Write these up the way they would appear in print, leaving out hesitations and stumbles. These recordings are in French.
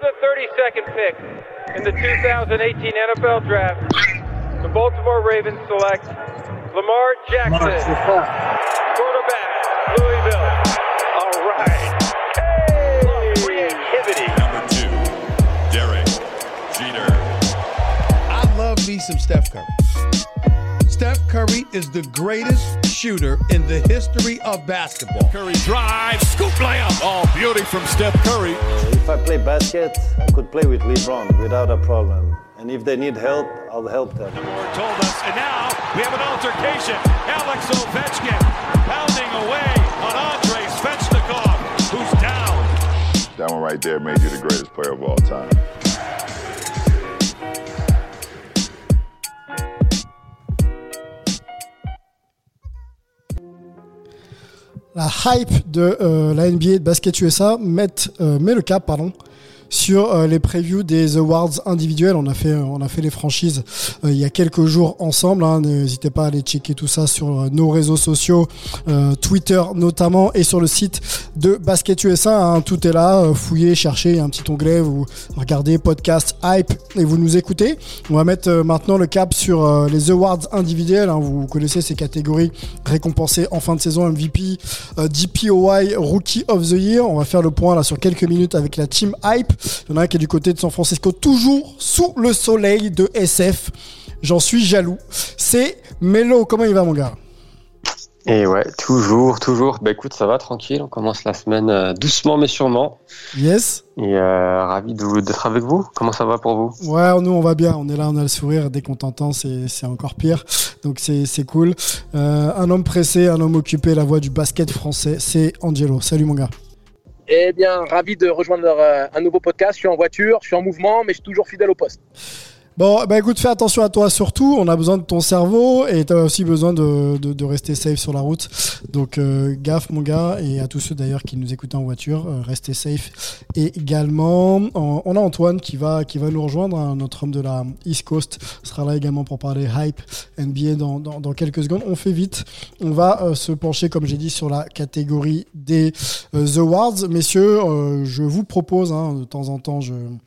the 32nd pick in the 2018 NFL Draft, the Baltimore Ravens select Lamar Jackson, quarterback, Louisville. All right. Hey! Creativity. Number 2, Derek Jeter. I love me some Steph Curry. Steph Curry is the greatest shooter in the history of basketball. Curry drives, scoop layup. Oh, beauty from Steph Curry. If I play basket, I could play with LeBron without a problem. And if they need help, I'll help them. Moore told us, and now we have an altercation. Alex Ovechkin pounding away on Andrei Svechnikov, who's down. That one right there made you the greatest player of all time. La hype de la NBA de Basket USA met le cap, sur les previews des awards individuels. On a fait les franchises il y a quelques jours ensemble. N'hésitez pas à aller checker tout ça sur nos réseaux sociaux, Twitter notamment, et sur le site de Basket USA. Tout est là. Fouillez, cherchez, il y a un petit onglet. Vous regardez podcast hype et vous nous écoutez. On va mettre maintenant le cap sur les awards individuels. Vous connaissez ces catégories récompensées en fin de saison: MVP, DPOY, Rookie of the Year. On va faire le point là sur quelques minutes avec la team hype. Il y en a un qui est du côté de San Francisco, toujours sous le soleil de SF. J'en suis jaloux. C'est Melo. Comment il va, mon gars? Et ouais, toujours. Bah écoute, ça va, tranquille. On commence la semaine doucement mais sûrement. Yes. Et ravi d'être avec vous. Comment ça va pour vous? Ouais, nous on va bien. On est là, on a le sourire. Dès qu'on t'entend, c'est encore pire. Donc c'est cool. Un homme pressé, un homme occupé, la voix du basket français, c'est Angelo. Salut, mon gars. Eh bien, ravi de rejoindre un nouveau podcast. Je suis en voiture, je suis en mouvement, mais je suis toujours fidèle au poste. Bon, bah écoute, fais attention à toi surtout. On a besoin de ton cerveau et tu as aussi besoin de rester safe sur la route. Donc, gaffe, mon gars, et à tous ceux d'ailleurs qui nous écoutent en voiture, restez safe également. On a Antoine qui va nous rejoindre, notre homme de la East Coast, sera là également pour parler hype NBA dans quelques secondes. On fait vite. On va se pencher, comme j'ai dit, sur la catégorie des The Awards. Messieurs, je vous propose, de temps en temps,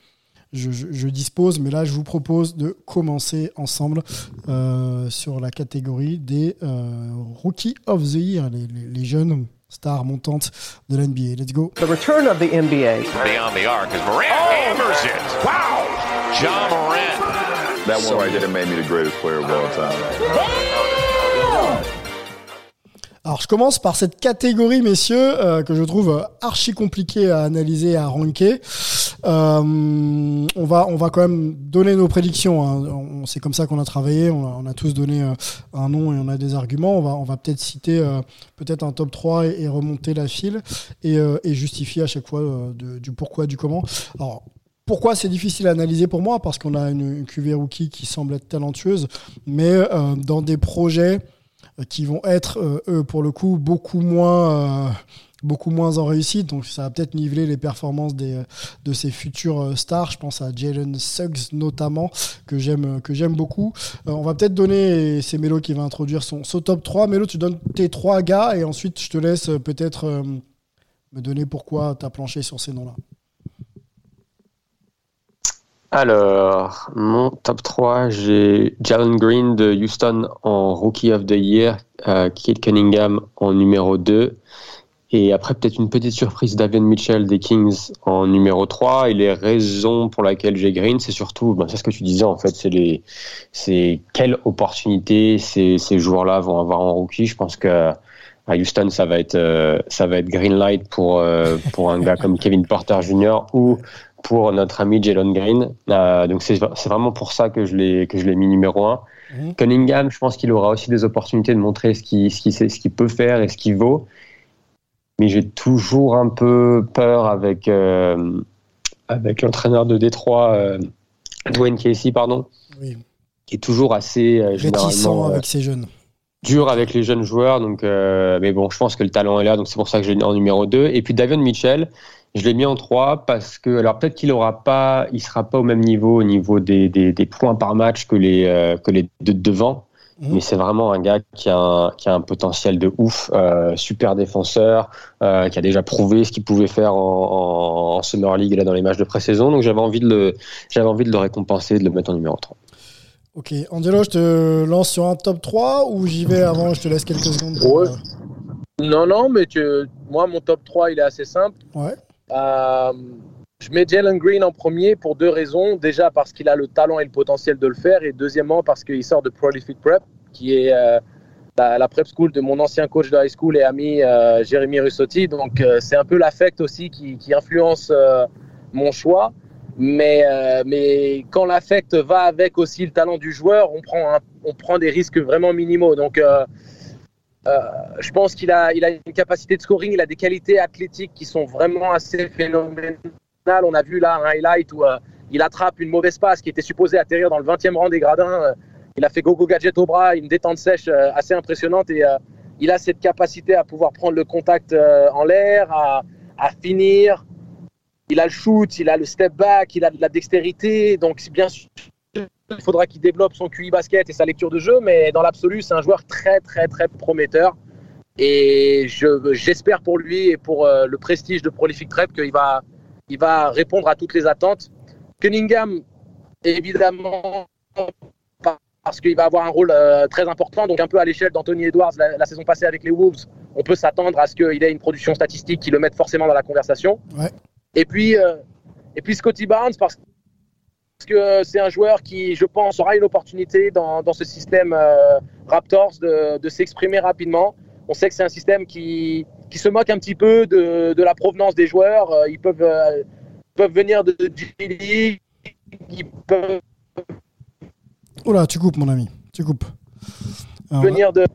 je dispose, mais là je vous propose de commencer ensemble sur la catégorie des Rookie of the Year, les jeunes stars montantes de l'NBA. Let's go. The return of the NBA. Beyond the arc as Morant hammers it. Wow! John Morant. That one right there made me the greatest player of all time. Alors je commence par cette catégorie, messieurs, que je trouve archi compliquée à analyser, à ranker. On va quand même donner nos prédictions. C'est comme ça qu'on a travaillé. On a tous donné un nom et on a des arguments. On va peut-être citer peut-être un top 3 et remonter la file et justifier à chaque fois du pourquoi, du comment. Alors, pourquoi c'est difficile à analyser pour moi? Parce qu'on a une QV rookie qui semble être talentueuse, mais dans des projets qui vont être, eux, pour le coup, beaucoup moins en réussite. Donc, ça va peut-être niveler les performances de ces futurs stars. Je pense à Jalen Suggs, notamment, que j'aime beaucoup. On va peut-être donner, c'est Melo qui va introduire son top 3. Melo, tu donnes tes 3 gars et ensuite, je te laisse peut-être me donner pourquoi tu as planché sur ces noms-là. Alors, mon top 3, j'ai Jalen Green de Houston en Rookie of the Year, Kate Cunningham en numéro 2, et après peut-être une petite surprise, Davion Mitchell des Kings en numéro 3. Et les raisons pour lesquelles j'ai Green, c'est surtout, c'est ce que tu disais en fait, c'est quelle opportunité ces joueurs-là vont avoir en rookie. Je pense que à Houston, ça va être green light pour un gars comme Kevin Porter Jr. ou pour notre ami Jalen Green. Donc c'est vraiment pour ça que je l'ai mis numéro 1. Cunningham, je pense qu'il aura aussi des opportunités de montrer ce qu'il peut faire et ce qu'il vaut. Mais j'ai toujours un peu peur avec l'entraîneur de Détroit, Dwayne Casey, oui, qui est toujours assez réticent avec ses jeunes. Dur avec les jeunes joueurs. Donc, mais bon, je pense que le talent est là, donc c'est pour ça que je l'ai mis en numéro 2. Et puis Davion Mitchell, je l'ai mis en 3 parce que, alors peut-être qu'il sera pas au même niveau au niveau des points par match que les deux devant, Mais c'est vraiment un gars qui a un potentiel de ouf, super défenseur, qui a déjà prouvé ce qu'il pouvait faire en Summer League là, dans les matchs de pré-saison. Donc j'avais envie de le récompenser, de le mettre en numéro 3. Ok, Angelo, je te lance sur un top 3 ou j'y vais avant, je te laisse quelques secondes pour... Ouais. Non, mais moi, mon top 3, il est assez simple. Ouais. Je mets Jalen Green en premier pour 2 raisons. Déjà, parce qu'il a le talent et le potentiel de le faire. Et deuxièmement, parce qu'il sort de Prolific Prep, qui est la prep school de mon ancien coach de high school et ami Jérémy Russotti. Donc, c'est un peu l'affect aussi qui influence mon choix. Mais quand l'affect va avec aussi le talent du joueur, on prend des risques vraiment minimaux. Donc, je pense qu'il a une capacité de scoring, il a des qualités athlétiques qui sont vraiment assez phénoménales. On a vu là un highlight où il attrape une mauvaise passe qui était supposée atterrir dans le 20e rang des gradins. Il a fait go-go gadget au bras, une détente sèche assez impressionnante et il a cette capacité à pouvoir prendre le contact en l'air, à finir. Il a le shoot, il a le step back, il a de la dextérité. Donc, bien sûr, il faudra qu'il développe son QI basket et sa lecture de jeu, mais dans l'absolu, c'est un joueur très, très, très prometteur. Et j'espère pour lui et pour le prestige de Prolific Prep qu'il va répondre à toutes les attentes. Cunningham, évidemment, parce qu'il va avoir un rôle très important, donc un peu à l'échelle d'Anthony Edwards la saison passée avec les Wolves. On peut s'attendre à ce qu'il ait une production statistique qui le mette forcément dans la conversation. Ouais. Et puis Scottie Barnes, parce que c'est un joueur qui, je pense, aura une opportunité dans ce système Raptors de s'exprimer rapidement. On sait que c'est un système qui se moque un petit peu de la provenance des joueurs. Ils peuvent venir de G-League, ils peuvent... Oula, tu coupes, mon ami, tu coupes. Alors, venir de...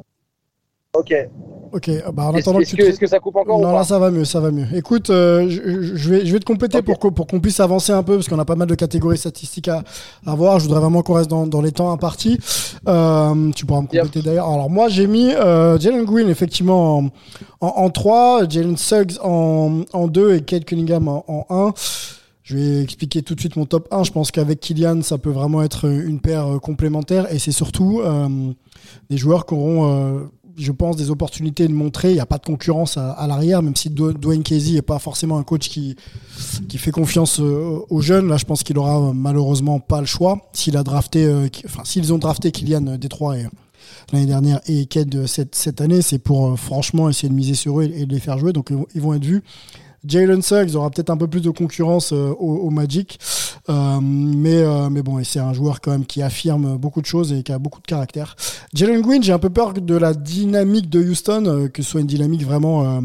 Ok, bah en attendant est-ce que ça coupe encore? Non, là ça va mieux. Écoute, je vais te compléter pour qu'on puisse avancer un peu parce qu'on a pas mal de catégories statistiques à voir. Je voudrais vraiment qu'on reste dans les temps impartis. Tu pourras me compléter d'ailleurs. Alors moi j'ai mis Jalen Green effectivement en 3, Jalen Suggs en 2 et Cade Cunningham en 1. Je vais expliquer tout de suite mon top 1. Je pense qu'avec Kylian, ça peut vraiment être une paire complémentaire et c'est surtout des joueurs qui auront... je pense, des opportunités de montrer. Il n'y a pas de concurrence à l'arrière, même si Dwayne Casey n'est pas forcément un coach qui fait confiance aux jeunes. Là, je pense qu'il aura malheureusement pas le choix. S'ils ont drafté Kylian Détroit l'année dernière et Cade cette année, c'est pour franchement essayer de miser sur eux et de les faire jouer. Donc, ils vont être vus. Jalen Suggs aura peut-être un peu plus de concurrence au Magic, mais bon, et c'est un joueur quand même qui affirme beaucoup de choses et qui a beaucoup de caractère. Jalen Green, j'ai un peu peur de la dynamique de Houston, que ce soit une dynamique vraiment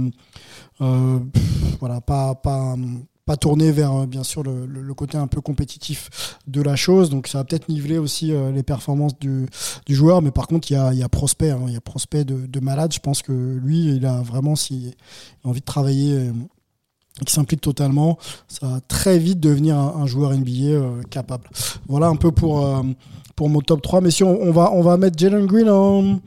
voilà, pas tournée vers bien sûr le côté un peu compétitif de la chose, donc ça va peut-être niveler aussi les performances du joueur, mais par contre il y a Prospect, il y a Prospect de malade. Je pense que lui, il a vraiment, s'il a envie de travailler qui s'implique totalement, ça va très vite devenir un joueur NBA capable. Voilà un peu pour mon top 3. Mais si on va mettre Jalen Green en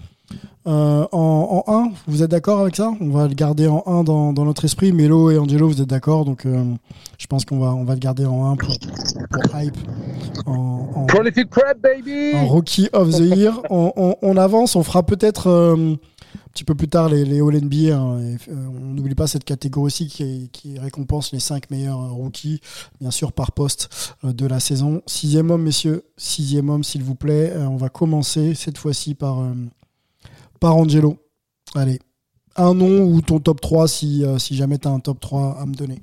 1, vous êtes d'accord avec ça? On va le garder en 1 dans notre esprit. Melo et Angelo, vous êtes d'accord? Donc je pense qu'on va le garder en 1 pour hype. Prolific Prep, baby! En Rookie of the Year. On avance, on fera peut-être... un petit peu plus tard les All-NBA, hein, on n'oublie pas cette catégorie aussi qui récompense les 5 meilleurs rookies, bien sûr par poste de la saison. 6e homme, messieurs, 6e homme s'il vous plaît. On va commencer cette fois-ci par Angelo. Allez, un nom ou ton top 3 si jamais tu as un top 3 à me donner.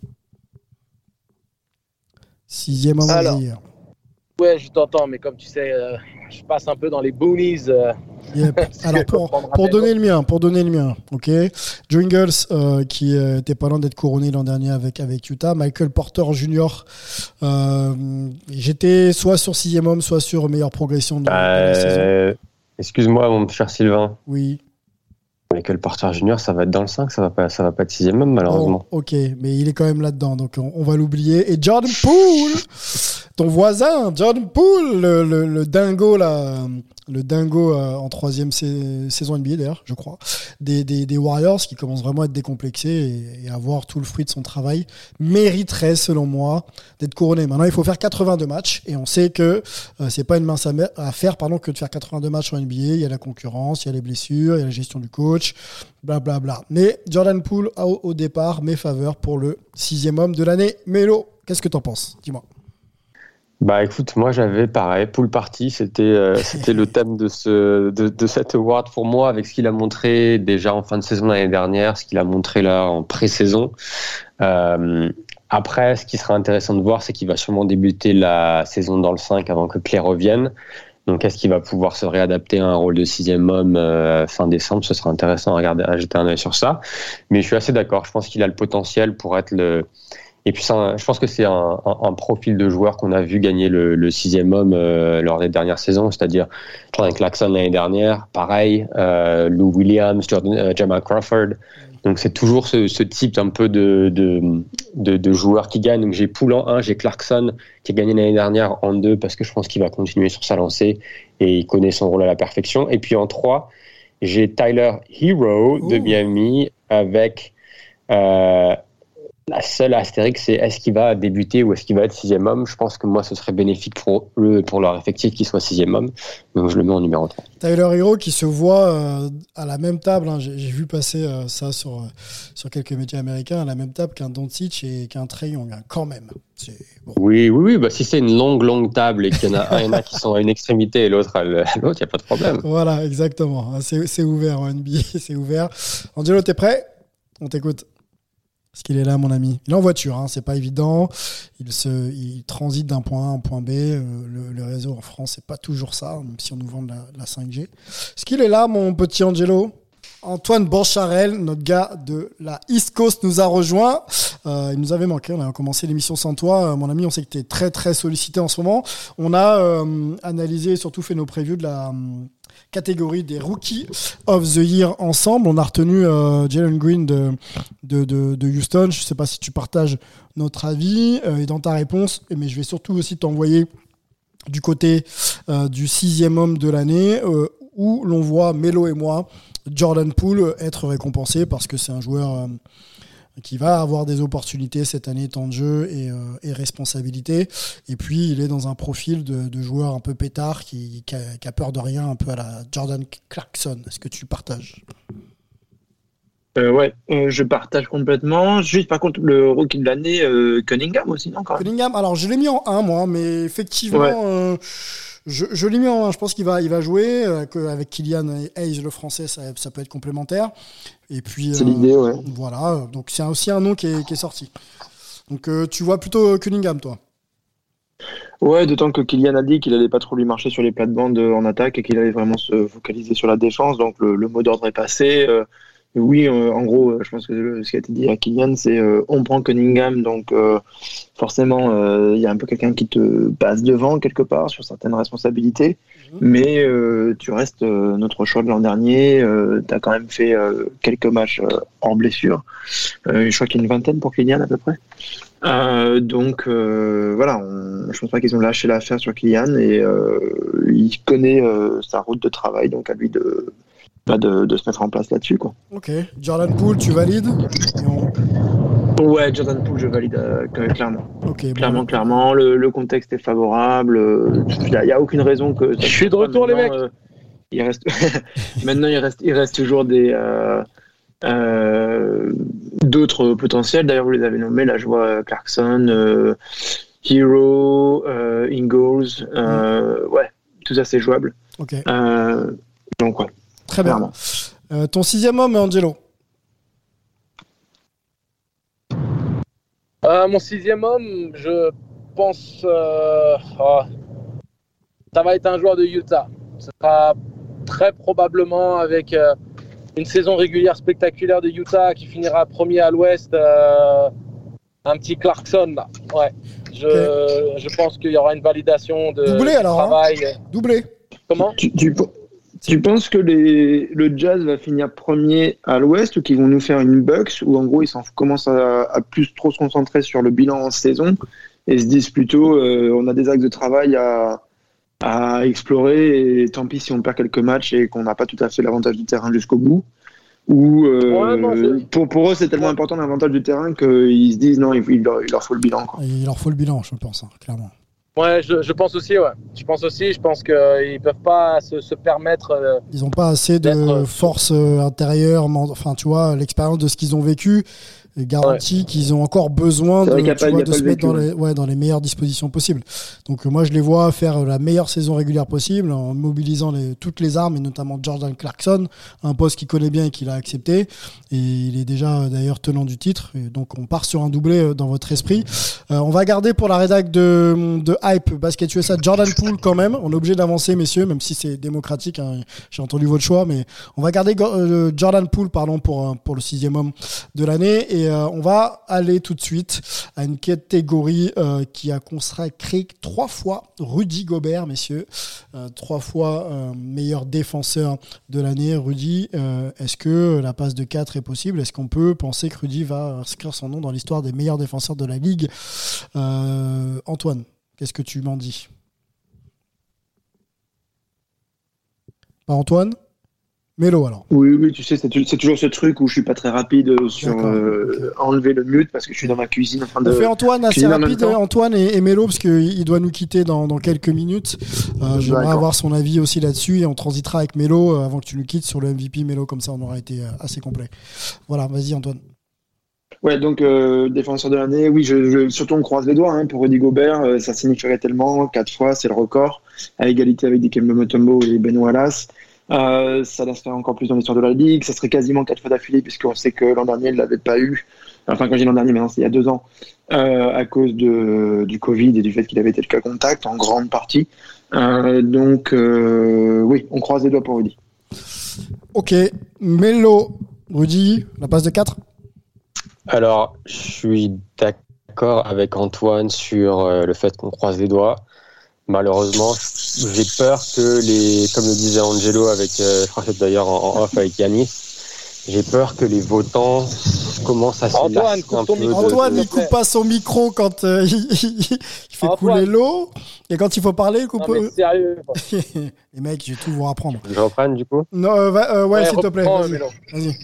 6e homme. Alors, ouais, je t'entends, mais comme tu sais, je passe un peu dans les boonies. Yep. Alors pour donner le mien, ok. Dringles qui était pas loin d'être couronné l'an dernier avec Utah. Michael Porter Jr. J'étais soit sur 6e homme, soit sur meilleure progression de la saison. Excuse-moi, mon cher Sylvain. Oui. Michael Porter Jr., ça va être dans le 5, ça va pas être 6e homme malheureusement. Oh, ok, mais il est quand même là-dedans, donc on va l'oublier. Et Jordan Poole Ton voisin, Jordan Poole, le dingo là, le dingo en 3e saison NBA d'ailleurs, je crois, des Warriors qui commence vraiment à être décomplexé et à voir tout le fruit de son travail, mériterait selon moi d'être couronné. Maintenant, il faut faire 82 matchs et on sait que c'est pas une mince affaire que de faire 82 matchs en NBA. Il y a la concurrence, il y a les blessures, il y a la gestion du coach, blablabla. Bla bla. Mais Jordan Poole a au départ mes faveurs pour le 6e homme de l'année. Mélo, qu'est-ce que t'en penses? Dis-moi. Bah écoute, moi j'avais pareil, Poole party, c'était le thème de cet award pour moi, avec ce qu'il a montré déjà en fin de saison l'année dernière, ce qu'il a montré là en pré-saison. Après, ce qui sera intéressant de voir, c'est qu'il va sûrement débuter la saison dans le 5 avant que Clay revienne. Donc est-ce qu'il va pouvoir se réadapter à un rôle de 6e homme fin décembre? Ce sera intéressant à jeter un œil sur ça. Mais je suis assez d'accord, je pense qu'il a le potentiel pour être le... Et puis je pense que c'est un profil de joueur qu'on a vu gagner le 6e homme lors des dernières saisons, c'est-à-dire Jordan Clarkson l'année dernière, pareil, Lou Williams, Jamal Crawford. Donc c'est toujours ce type un peu de joueur qui gagne. Donc j'ai Poole en 1, j'ai Clarkson qui a gagné l'année dernière en 2 parce que je pense qu'il va continuer sur sa lancée et il connaît son rôle à la perfection. Et puis en 3, j'ai Tyler Hero de Miami avec... la seule astérix, c'est est-ce qu'il va débuter ou est-ce qu'il va être 6e homme? Je pense que moi, ce serait bénéfique pour leur effectif qu'il soit 6e homme. Donc, je le mets en numéro 3. Tyler Hero qui se voit à la même table. Hein, j'ai vu passer ça sur quelques médias américains, à la même table qu'un Doncic et qu'un Trae Young, hein, quand même. C'est bon. Oui. Bah, si c'est une longue table et qu'il y en a qui sont à une extrémité et l'autre à l'autre, il n'y a pas de problème. Voilà, exactement. C'est ouvert en NBA, c'est ouvert. Angelo, t'es prêt? On t'écoute. Parce qu'il est là, mon ami. Il est en voiture, hein, c'est pas évident. Il transite d'un point A à un point B. Le réseau en France, c'est pas toujours ça, même si on nous vend de la 5G. Est-ce qu'il est là, mon petit Angelo? Antoine Bancharel, notre gars de la East Coast, nous a rejoint. Il nous avait manqué. On a commencé l'émission sans toi. Mon ami, on sait que tu es très, très sollicité en ce moment. On a analysé et surtout fait nos previews de la catégorie des Rookies of the Year ensemble. On a retenu Jalen Green de Houston. Je ne sais pas si tu partages notre avis et dans ta réponse, mais je vais surtout aussi t'envoyer du côté du 6e homme de l'année où l'on voit Melo et moi, Jordan Poole, être récompensé parce que c'est un joueur qui va avoir des opportunités cette année, temps de jeu et responsabilité. Et puis, il est dans un profil de joueur un peu pétard qui a peur de rien, un peu à la Jordan Clarkson. Est-ce que tu partages? Ouais, je partage complètement. Juste, par contre, le rookie de l'année, Cunningham aussi, non, quand même. Cunningham, alors je l'ai mis en 1, moi, mais effectivement... Ouais. Je l'ai mis en 1, je pense qu'il va jouer, avec Kylian Hayes, le français, ça peut être complémentaire. Et puis, c'est l'idée, ouais. Voilà, donc c'est aussi un nom qui est sorti. Donc tu vois plutôt Cunningham, toi? Ouais, d'autant que Kylian a dit qu'il allait pas trop lui marcher sur les plates-bandes en attaque et qu'il allait vraiment se focaliser sur la défense, donc le mot d'ordre est passé. Oui, en gros, je pense que ce qui a été dit à Kylian, c'est on prend Cunningham, donc forcément, il y a un peu quelqu'un qui te passe devant quelque part sur certaines responsabilités, mais tu restes notre choix de l'an dernier, tu as quand même fait quelques matchs hors blessure, je crois qu'il y a une vingtaine pour Kylian à peu près. Donc voilà, je pense pas qu'ils ont lâché l'affaire sur Kylian et il connaît sa route de travail, donc à lui de se mettre en place là-dessus, quoi. Ok. Jordan Poole, tu valides? Ouais, Jordan Poole, je valide clairement. Okay, clairement. Le contexte est favorable. Il n'y a aucune raison que... Je suis de retour, les mecs. Il reste... Maintenant, il reste toujours d'autres potentiels. D'ailleurs, vous les avez nommés. Là, je vois Clarkson, Hero, Ingles. Ouais, tout ça, c'est jouable. Ok. Donc, ouais. Très bien. Ton 6e homme, Angelo? Mon 6e homme, je pense ça va être un joueur de Utah. Ce sera très probablement avec une saison régulière spectaculaire de Utah qui finira premier à l'Ouest. Un petit Clarkson là. Ouais. Je pense qu'il y aura une validation de doublé alors, travail. Hein. Doublé. Comment? Tu penses que le Jazz va finir premier à l'Ouest ou qu'ils vont nous faire une Bucks où en gros ils commencent à plus trop se concentrer sur le bilan en saison et se disent plutôt on a des axes de travail à explorer et tant pis si on perd quelques matchs et qu'on n'a pas tout à fait l'avantage du terrain jusqu'au bout. Ou pour eux c'est tellement important l'avantage du terrain qu'ils se disent non, il leur faut le bilan, quoi. Il leur faut le bilan, je pense, clairement. Ouais, je pense aussi, ouais. Je pense qu'ils peuvent pas se permettre. Ils ont pas assez de force intérieure, enfin, tu vois, l'expérience de ce qu'ils ont vécu garantit qu'ils ont encore besoin de se mettre dans les meilleures dispositions possibles. Donc moi je les vois faire la meilleure saison régulière possible en mobilisant toutes les armes et notamment Jordan Clarkson, un poste qu'il connaît bien et qu'il a accepté, et il est déjà d'ailleurs tenant du titre, et donc on part sur un doublé dans votre esprit. On va garder pour la rédac de Hype Basket USA Jordan Poole quand même. On est obligé d'avancer, messieurs, même si c'est démocratique, hein. J'ai entendu votre choix, mais on va garder Jordan Poole pour le 6e homme de l'année. Et on va aller tout de suite à une catégorie qui a consacré 3 fois Rudy Gobert, messieurs. 3 fois meilleur défenseur de l'année. Rudy, est-ce que la passe de 4 est possible? Est-ce qu'on peut penser que Rudy va inscrire son nom dans l'histoire des meilleurs défenseurs de la Ligue? Antoine, qu'est-ce que tu m'en dis? Pas Antoine? Mélo alors. Oui, tu sais, c'est toujours ce truc où je suis pas très rapide sur enlever le mute parce que je suis dans ma cuisine en train de. On fait Antoine assez rapide, Antoine et Mélo, parce qu'il doit nous quitter dans quelques minutes. J'aimerais avoir son avis aussi là-dessus et on transitera avec Mélo avant que tu nous quittes sur le MVP Mélo, comme ça on aura été assez complet. Voilà, vas-y Antoine. Ouais, donc défenseur de l'année, oui, surtout on croise les doigts pour Rudy Gobert, ça signifierait tellement, 4 fois, c'est le record, à égalité avec Dikembe Mutombo et Ben Wallace. Ça laisse faire encore plus dans l'histoire de la Ligue, ça serait quasiment 4 fois d'affilée puisqu'on sait que l'an dernier il l'avait pas eu, enfin quand je dis l'an dernier, mais non, c'est il y a 2 ans, à cause du Covid et du fait qu'il avait été le cas contact en grande partie. Donc oui, on croise les doigts pour Rudy. Ok, Mélo, Rudy, la passe de 4. Alors, je suis d'accord avec Antoine sur le fait qu'on croise les doigts. Malheureusement, j'ai peur que comme le disait Angelo avec, je crois que c'est d'ailleurs en off avec Giannis, j'ai peur que les votants commencent à se lasser un peu. Antoine, il coupe pas son micro quand il fait couler l'eau, et quand il faut parler, il coupe. Non, mais sérieux. Les mecs, je vais tout vous apprendre. Je reprenne du coup. Non, ouais, s'il te plaît. Vas-y.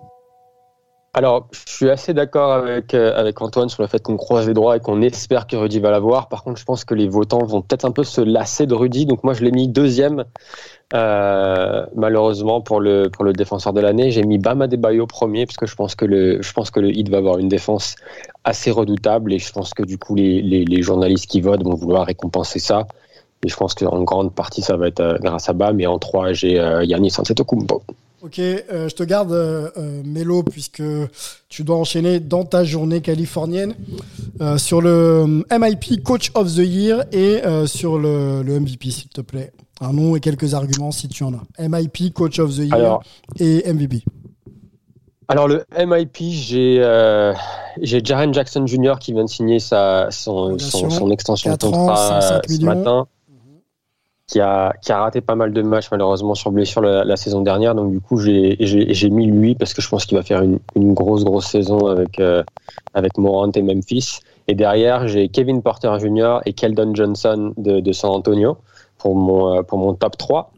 Alors, je suis assez d'accord avec Antoine sur le fait qu'on croise les doigts et qu'on espère que Rudy va l'avoir. Par contre, je pense que les votants vont peut-être un peu se lasser de Rudy. Donc moi, je l'ai mis 2e. Malheureusement pour le défenseur de l'année, j'ai mis Bam Adebayo 1er parce que je pense que le Heat va avoir une défense assez redoutable et je pense que du coup les journalistes qui votent vont vouloir récompenser ça. Et je pense qu'en grande partie ça va être grâce à Bam. Et en 3, j'ai Giannis Antetokounmpo. Ok, je te garde Mélo puisque tu dois enchaîner dans ta journée californienne sur le MIP Coach of the Year et sur le MVP, s'il te plaît. Un nom et quelques arguments si tu en as. MIP Coach of the Year et MVP. Alors le MIP, j'ai Jaren Jackson Jr. qui vient de signer son extension de contrat ce matin. Qui a raté pas mal de matchs malheureusement sur blessure la saison dernière, donc du coup j'ai mis lui parce que je pense qu'il va faire une grosse saison avec Morant et Memphis, et derrière j'ai Kevin Porter Jr. et Keldon Johnson de San Antonio pour mon top 3.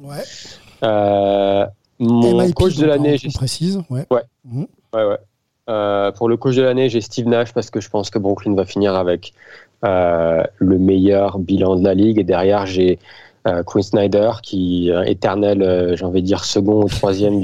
Mon MIP, coach de l'année, on précise, ouais. Pour le coach de l'année, j'ai Steve Nash parce que je pense que Brooklyn va finir avec le meilleur bilan de la ligue, et derrière j'ai Quinn Snyder qui éternel, j'ai envie de dire second ou 3e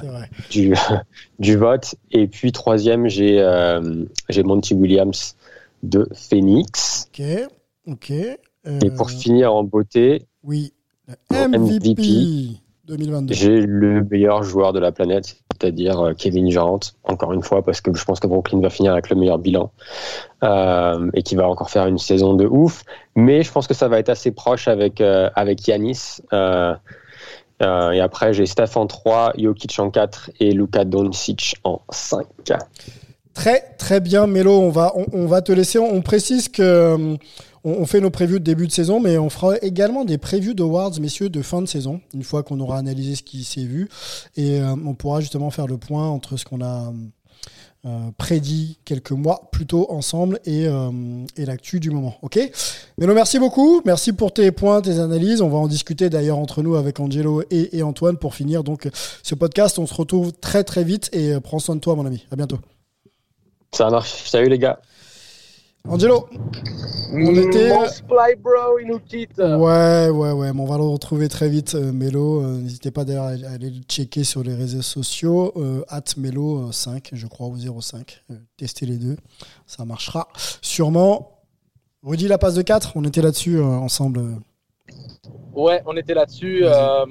du vote, et puis 3e j'ai Monty Williams de Phoenix. Ok. Et pour finir en beauté, oui, MVP 2022. J'ai le meilleur joueur de la planète, c'est-à-dire Kevin Durant, encore une fois, parce que je pense que Brooklyn va finir avec le meilleur bilan et qui va encore faire une saison de ouf. Mais je pense que ça va être assez proche avec Giannis. Et après, j'ai Steph en 3, Jokic en 4 et Luka Doncic en 5. Très, très bien, Mélo. On va te laisser. On précise que on fait nos previews de début de saison, mais on fera également des previews d'awards, messieurs, de fin de saison, une fois qu'on aura analysé ce qui s'est vu. Et on pourra justement faire le point entre ce qu'on a prédit quelques mois plus tôt ensemble et l'actu du moment. Ok ? Mélo, merci beaucoup. Merci pour tes points, tes analyses. On va en discuter d'ailleurs entre nous avec Angelo et Antoine pour finir donc ce podcast. On se retrouve très très vite et prends soin de toi, mon ami. À bientôt. Ça marche. Salut les gars. Angelo, on était... Fly bro, il nous quitte. Ouais, mais on va le retrouver très vite, Mélo. N'hésitez pas d'ailleurs à aller le checker sur les réseaux sociaux, @Mélo5, je crois, ou 05. Testez les deux, ça marchera sûrement. Rudy, la passe de 4, on était là-dessus ensemble. Ouais, on était là-dessus.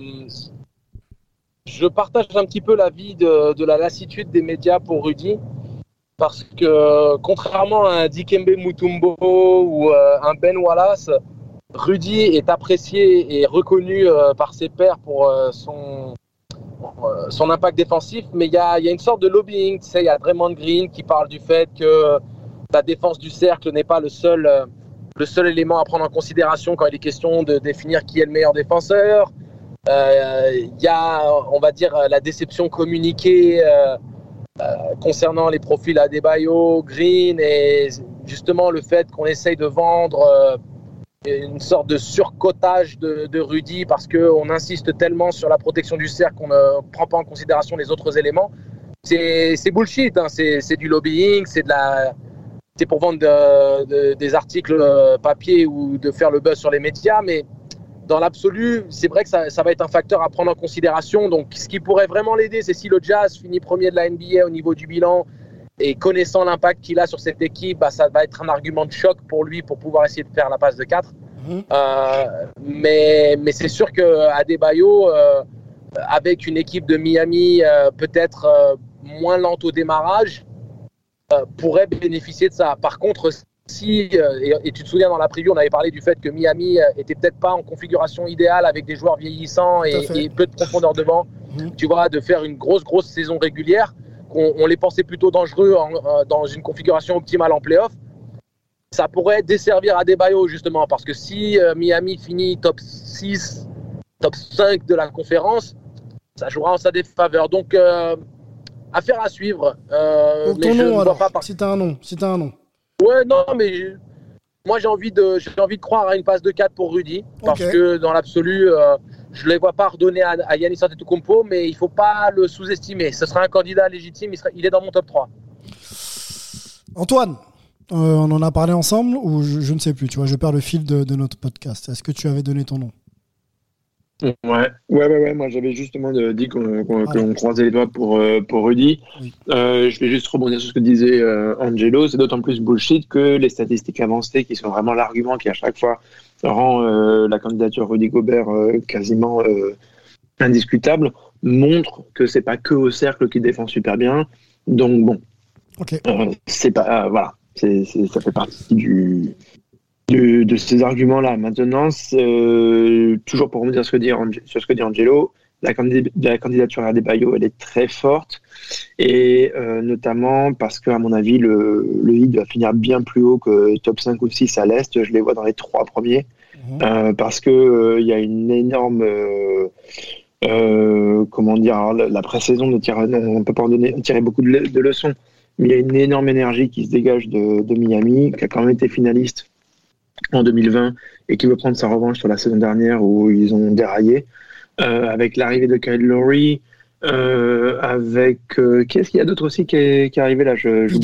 Je partage un petit peu l'avis de la lassitude des médias pour Rudy. Parce que contrairement à un Dikembe Mutombo ou un Ben Wallace, Rudy est apprécié et reconnu par ses pairs pour son impact défensif. Mais il y a une sorte de lobbying. Tu sais, il y a Draymond Green qui parle du fait que la défense du cercle n'est pas le seul élément à prendre en considération quand il est question de définir qui est le meilleur défenseur. Il y a, on va dire, la déception communiquée concernant les profils Adebayo, Green et justement le fait qu'on essaye de vendre une sorte de surcotage de Rudy parce qu'on insiste tellement sur la protection du cercle qu'on ne prend pas en considération les autres éléments. C'est bullshit, hein. C'est du lobbying, c'est pour vendre des articles papier ou de faire le buzz sur les médias, mais dans l'absolu, c'est vrai que ça va être un facteur à prendre en considération. Donc, ce qui pourrait vraiment l'aider, c'est si le Jazz finit premier de la NBA au niveau du bilan et connaissant l'impact qu'il a sur cette équipe, ça va être un argument de choc pour lui pour pouvoir essayer de faire la passe de 4. Mais c'est sûr qu'Adebayo, avec une équipe de Miami peut-être moins lente au démarrage, pourrait bénéficier de ça. Par contre, et tu te souviens dans la preview, on avait parlé du fait que Miami était peut-être pas en configuration idéale avec des joueurs vieillissants et peu de profondeur devant. Tu vois, de faire une grosse saison régulière, on les pensait plutôt dangereux dans une configuration optimale en play-off. Ça pourrait desservir Adebayo justement, parce que si Miami finit top 6, top 5 de la conférence, ça jouera en sa défaveur. Donc, affaire à suivre. Pour ton nom, alors, si t'as un nom. Ouais, non, mais moi j'ai envie de croire à une passe de 4 pour Rudy, parce que dans l'absolu, je ne les vois pas redonner à Giannis Antetokounmpo, mais il ne faut pas le sous-estimer. Ce sera un candidat légitime, il est dans mon top 3. Antoine, on en a parlé ensemble, ou je ne sais plus, tu vois, je perds le fil de notre podcast. Est-ce que tu avais donné ton nom ? Ouais. Moi, j'avais justement dit qu'on croisait les doigts pour Rudy. Oui. Je vais juste rebondir sur ce que disait Angelo. C'est d'autant plus bullshit que les statistiques avancées, qui sont vraiment l'argument qui à chaque fois rend la candidature Rudy Gobert quasiment indiscutable, montrent que c'est pas que au cercle qui défend super bien. Donc bon, c'est pas voilà, ça fait partie de ces arguments-là. Maintenant, toujours pour revenir sur ce que dit Angelo, la candidature à Adebayo, elle est très forte, et notamment parce qu'à mon avis, le Heat va finir bien plus haut que top 5 ou 6 à l'Est. Je les vois dans les 3 premiers, parce que y a une énorme... comment dire, alors, la pré-saison on ne peut pas en tirer beaucoup de leçons, mais il y a une énorme énergie qui se dégage de Miami, qui a quand même été finaliste en 2020 et qui veut prendre sa revanche sur la saison dernière où ils ont déraillé, avec l'arrivée de Kyle Lowry, avec qu'est-ce qu'il y a d'autre aussi qui est arrivé là,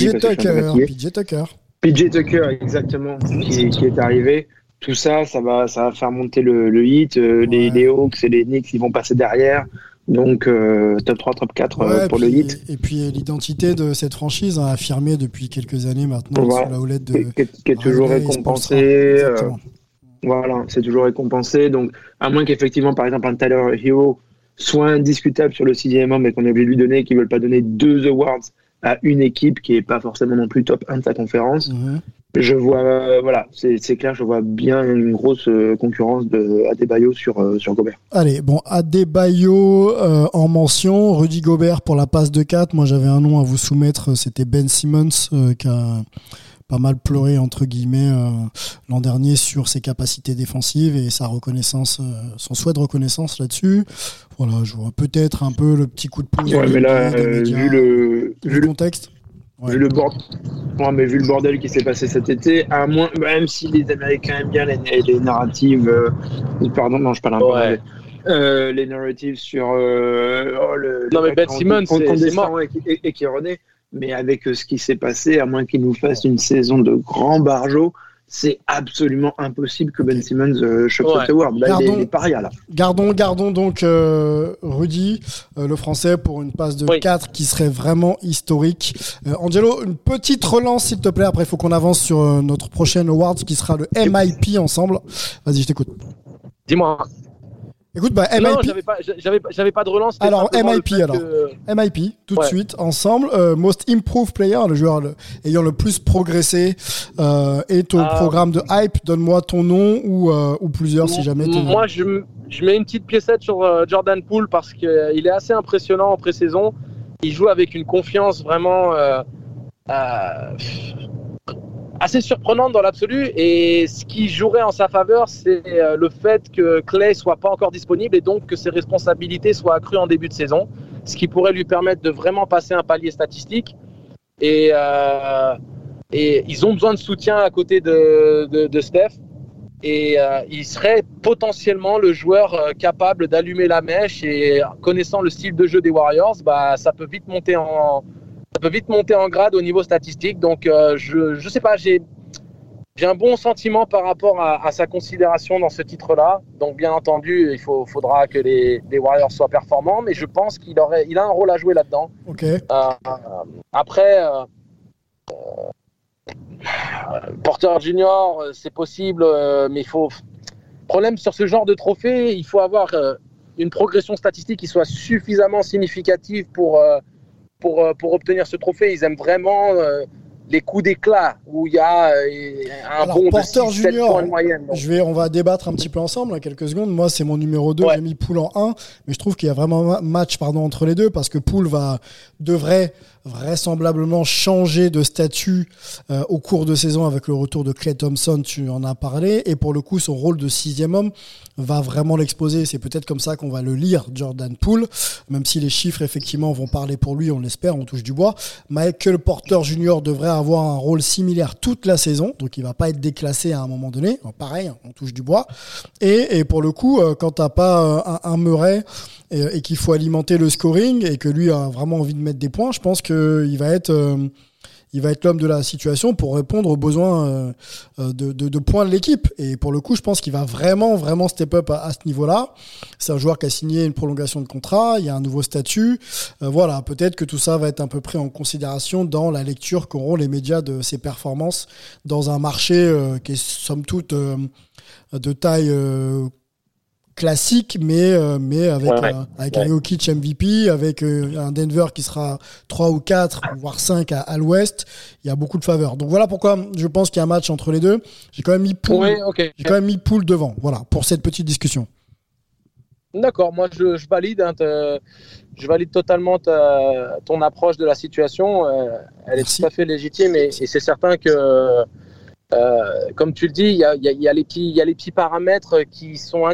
PJ Tucker, exactement, qui est arrivé. Tout ça va faire monter le Heat, les Hawks et les Knicks, ils vont passer derrière. Donc top 3, top 4 pour le Heat. Et puis l'identité de cette franchise a affirmé depuis quelques années maintenant, sous la houlette de... Qui est toujours récompensée. Voilà, c'est toujours récompensé. Donc, à moins qu'effectivement, par exemple, un Tyler Hero soit indiscutable sur le 6e homme et qu'on ait oublié de lui donner, qu'ils ne veulent pas donner 2 awards à une équipe qui n'est pas forcément non plus top 1 de sa conférence. Je vois, c'est clair, je vois bien une grosse concurrence de Adebayo sur Gobert. Allez, bon, Adebayo en mention, Rudy Gobert pour la passe de 4. Moi, j'avais un nom à vous soumettre, c'était Ben Simmons, qui a pas mal pleuré, entre guillemets, l'an dernier sur ses capacités défensives et sa reconnaissance, son souhait de reconnaissance là-dessus. Voilà, je vois peut-être un peu le petit coup de pouce. Ouais, mais là, vu le contexte. Vu le bordel qui s'est passé cet été, à moins, même si les Américains aiment bien les narratives, les narratives sur mais Ben Simmons, c'est mort et qui renaît. Mais avec ce qui s'est passé, à moins qu'il nous fasse une saison de grand barjot, c'est absolument impossible que Ben Simmons chope cet award. Là, il est paria, là. Gardons donc Rudy, le français, pour une passe de 4 qui serait vraiment historique. Angelo, une petite relance, s'il te plaît. Après, il faut qu'on avance sur notre prochain award qui sera le MIP ensemble. Vas-y, je t'écoute. Dis-moi. Écoute, MIP. Non, j'avais pas de relance. Alors, MIP, tout de suite, ensemble. Most Improved Player, le joueur ayant le plus progressé, est au programme de Hype. Donne-moi ton nom ou plusieurs si jamais. Moi, je mets une petite piécette sur Jordan Poole parce qu'il est assez impressionnant en pré-saison. Il joue avec une confiance vraiment assez surprenante dans l'absolu, et ce qui jouerait en sa faveur, c'est le fait que Clay soit pas encore disponible et donc que ses responsabilités soient accrues en début de saison, ce qui pourrait lui permettre de vraiment passer un palier statistique. Et ils ont besoin de soutien à côté de Steph, et il serait potentiellement le joueur capable d'allumer la mèche, et connaissant le style de jeu des Warriors, ça peut vite monter en grade au niveau statistique. Donc je sais pas, j'ai un bon sentiment par rapport à sa considération dans ce titre-là. Donc bien entendu, il faudra que les Warriors soient performants, mais je pense qu'il a un rôle à jouer là-dedans. Okay. Après, Porter Junior, c'est possible, mais problème sur ce genre de trophée, il faut avoir une progression statistique qui soit suffisamment significative pour obtenir ce trophée. Ils aiment vraiment les coups d'éclat où il y a un bond de 6-7 points de moyenne. On va débattre un petit peu ensemble en quelques secondes. Moi, c'est mon numéro 2. J'ai mis Poole en 1, mais je trouve qu'il y a vraiment un match entre les deux, parce que Poole devrait vraisemblablement changer de statut au cours de saison avec le retour de Klay Thompson, tu en as parlé, et pour le coup son rôle de 6e homme va vraiment l'exposer. C'est peut-être comme ça qu'on va le lire, Jordan Poole, même si les chiffres effectivement vont parler pour lui, on l'espère, on touche du bois. Michael Porter Jr. devrait avoir un rôle similaire toute la saison, donc il va pas être déclassé à un moment donné. Pareil, on touche du bois. Et pour le coup, quand t'as pas un Murray et qu'il faut alimenter le scoring, et que lui a vraiment envie de mettre des points, je pense qu'il va être l'homme de la situation pour répondre aux besoins de points de l'équipe. Et pour le coup, je pense qu'il va vraiment step up à ce niveau-là. C'est un joueur qui a signé une prolongation de contrat, il y a un nouveau statut. Voilà, peut-être que tout ça va être un peu pris en considération dans la lecture qu'auront les médias de ses performances dans un marché qui est somme toute de taille classique, mais avec un Jokic MVP, avec un Denver qui sera 3 ou 4, voire 5 à l'ouest. Il y a beaucoup de faveurs. Donc voilà pourquoi je pense qu'il y a un match entre les deux. J'ai quand même mis Poole devant. Voilà, pour cette petite discussion. D'accord, moi je valide. Je valide totalement ton approche de la situation. Elle est tout à fait légitime, et c'est certain que comme tu le dis, il y a les petits paramètres qui sont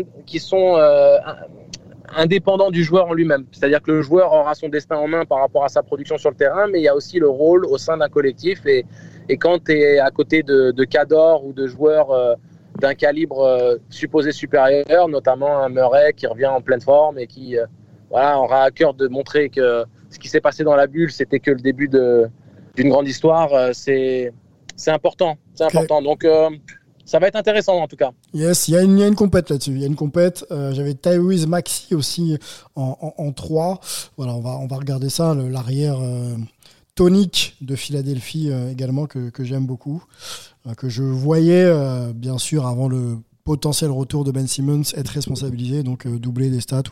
indépendants du joueur en lui-même. C'est-à-dire que le joueur aura son destin en main par rapport à sa production sur le terrain, mais il y a aussi le rôle au sein d'un collectif. Et quand tu es à côté de cadors ou de joueurs d'un calibre supposé supérieur, notamment un Murray qui revient en pleine forme et qui aura à cœur de montrer que ce qui s'est passé dans la bulle, c'était que le début d'une grande histoire, c'est important. Donc ça va être intéressant en tout cas. Yes, il y a une compète là-dessus. Il y a une compète. J'avais Tyrese Maxey aussi en 3. Voilà, on va regarder ça. L'arrière tonique de Philadelphie également que j'aime beaucoup, que je voyais bien sûr avant le potentiel retour de Ben Simmons être responsabilisé, donc doubler des stats,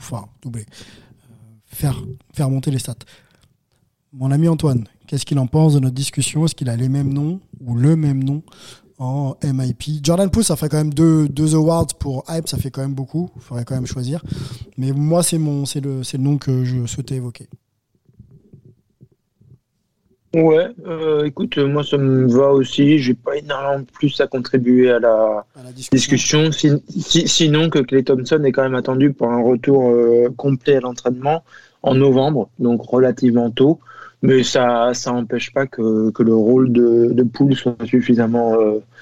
faire monter les stats. Mon ami Antoine, qu'est-ce qu'il en pense de notre discussion? Est-ce qu'il a les mêmes noms ou le même nom en MIP? Jordan Poole, ça ferait quand même deux awards pour Hype, ça fait quand même beaucoup. Il faudrait quand même choisir. Mais moi, c'est le nom que je souhaitais évoquer. Ouais, écoute, moi ça me va aussi. J'ai pas énormément plus à contribuer à la discussion. Sinon que Klay Thompson est quand même attendu pour un retour complet à l'entraînement en novembre, donc relativement tôt. Mais ça n'empêche pas que le rôle de Poole soit suffisamment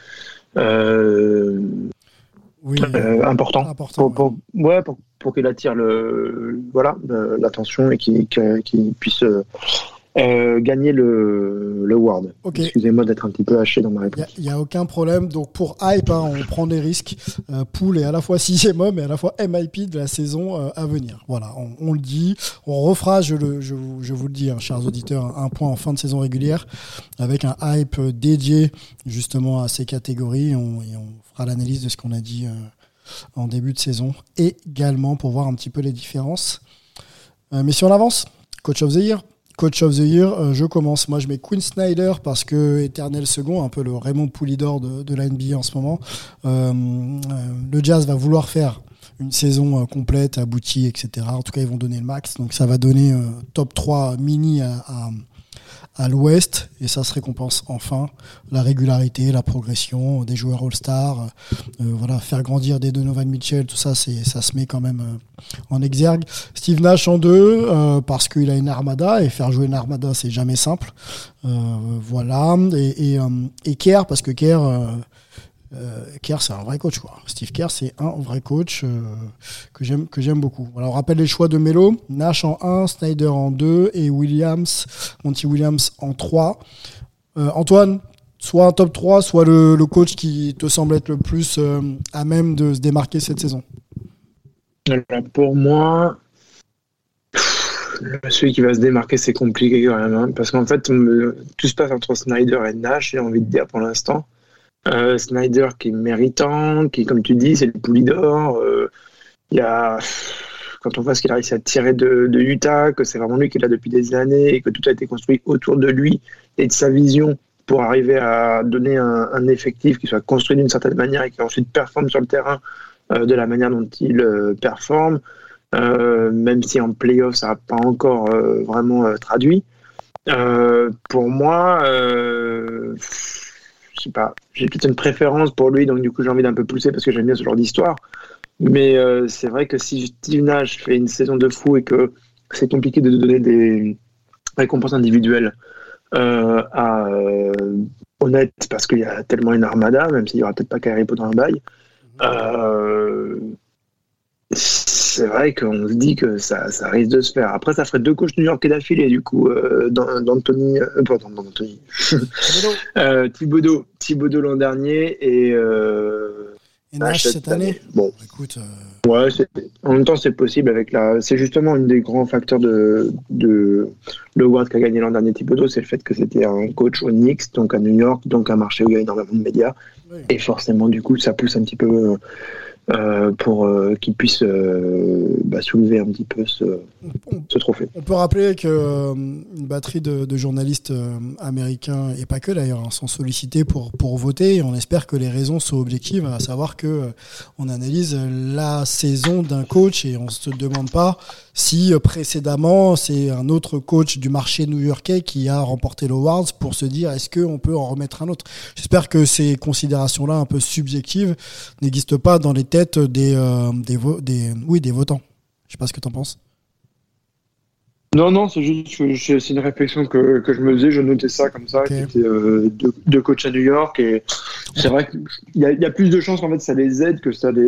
important pour qu'il attire l'attention et qu'il puisse gagner le award. Okay. Excusez-moi d'être un petit peu haché dans ma réponse. Il n'y a aucun problème. Donc pour hype, on prend des risques. Poole est à la fois 6e homme et à la fois MIP de la saison à venir. Voilà, on le dit. On refera, je vous le dis, chers auditeurs, un point en fin de saison régulière avec un hype dédié justement à ces catégories. Et on fera l'analyse de ce qu'on a dit en début de saison également pour voir un petit peu les différences. Mais si on avance, Coach of the Year. Coach of the Year, je commence. Moi, je mets Quinn Snyder parce que éternel second, un peu le Raymond Poulidor de la NBA en ce moment. Le Jazz va vouloir faire une saison complète, aboutie, etc. En tout cas, ils vont donner le max. Donc, ça va donner top 3 mini à l'Ouest, et ça se récompense enfin la régularité, la progression des joueurs All-Star, faire grandir des Donovan Mitchell, tout ça, ça se met quand même en exergue. Steve Nash en 2 parce qu'il a une armada, et faire jouer une armada c'est jamais simple. Et Kerr parce que Kerr c'est un vrai coach, quoi. Steve Kerr c'est un vrai coach que j'aime beaucoup. Voilà, on rappelle les choix de Melo: Nash en 1, Snyder en 2 et Monty Williams en 3. Antoine, soit un top 3, soit le coach qui te semble être le plus à même de se démarquer cette saison. Alors pour moi, celui qui va se démarquer, c'est compliqué quand même, hein, parce qu'en fait tout se passe entre Snyder et Nash, j'ai envie de dire pour l'instant. Snyder qui est méritant, qui, comme tu dis, c'est le Poulidor. Quand on voit ce qu'il a réussi à tirer de Utah, que c'est vraiment lui qui est là depuis des années et que tout a été construit autour de lui et de sa vision pour arriver à donner un effectif qui soit construit d'une certaine manière et qui ensuite performe sur le terrain de la manière dont il performe, même si en play-off ça n'a pas encore vraiment traduit. Pour moi, je sais pas, j'ai peut-être une préférence pour lui, donc du coup j'ai envie d'un peu pousser parce que j'aime bien ce genre d'histoire. Mais c'est vrai que si Steve Nash fait une saison de fou et que c'est compliqué de donner des récompenses individuelles à Honnête parce qu'il y a tellement une armada, même s'il n'y aura peut-être pas Kyrie dans un bail, c'est vrai qu'on se dit que ça risque de se faire. Après, ça ferait 2 coachs new-yorkais d'affilée, du coup, d'Anthony. Thibodeau l'an dernier et Nash cette année. Bon, écoute. Ouais, en même temps, c'est possible avec c'est justement un des grands facteurs de l'award qu'a gagné l'an dernier Thibodeau, c'est le fait que c'était un coach au Knicks, donc à New York, donc un marché où il y a énormément de médias, oui. Et forcément, du coup, ça pousse un petit peu. Pour qu'il puisse soulever un petit peu ce trophée. On peut rappeler qu'une batterie de journalistes américains, et pas que d'ailleurs, sont sollicités pour voter, et on espère que les raisons sont objectives, à savoir qu'on analyse la saison d'un coach et on ne se demande pas si précédemment c'est un autre coach du marché new-yorkais qui a remporté l'Awards pour se dire est-ce qu'on peut en remettre un autre. J'espère que ces considérations-là un peu subjectives n'existent pas dans les têtes des votants. Je sais pas ce que tu en penses. Non, c'est juste que c'est une réflexion que je me faisais, je notais ça comme ça, okay. Qui était deux coachs à New York, et c'est vrai qu'il y a plus de chances en fait ça les aide que ça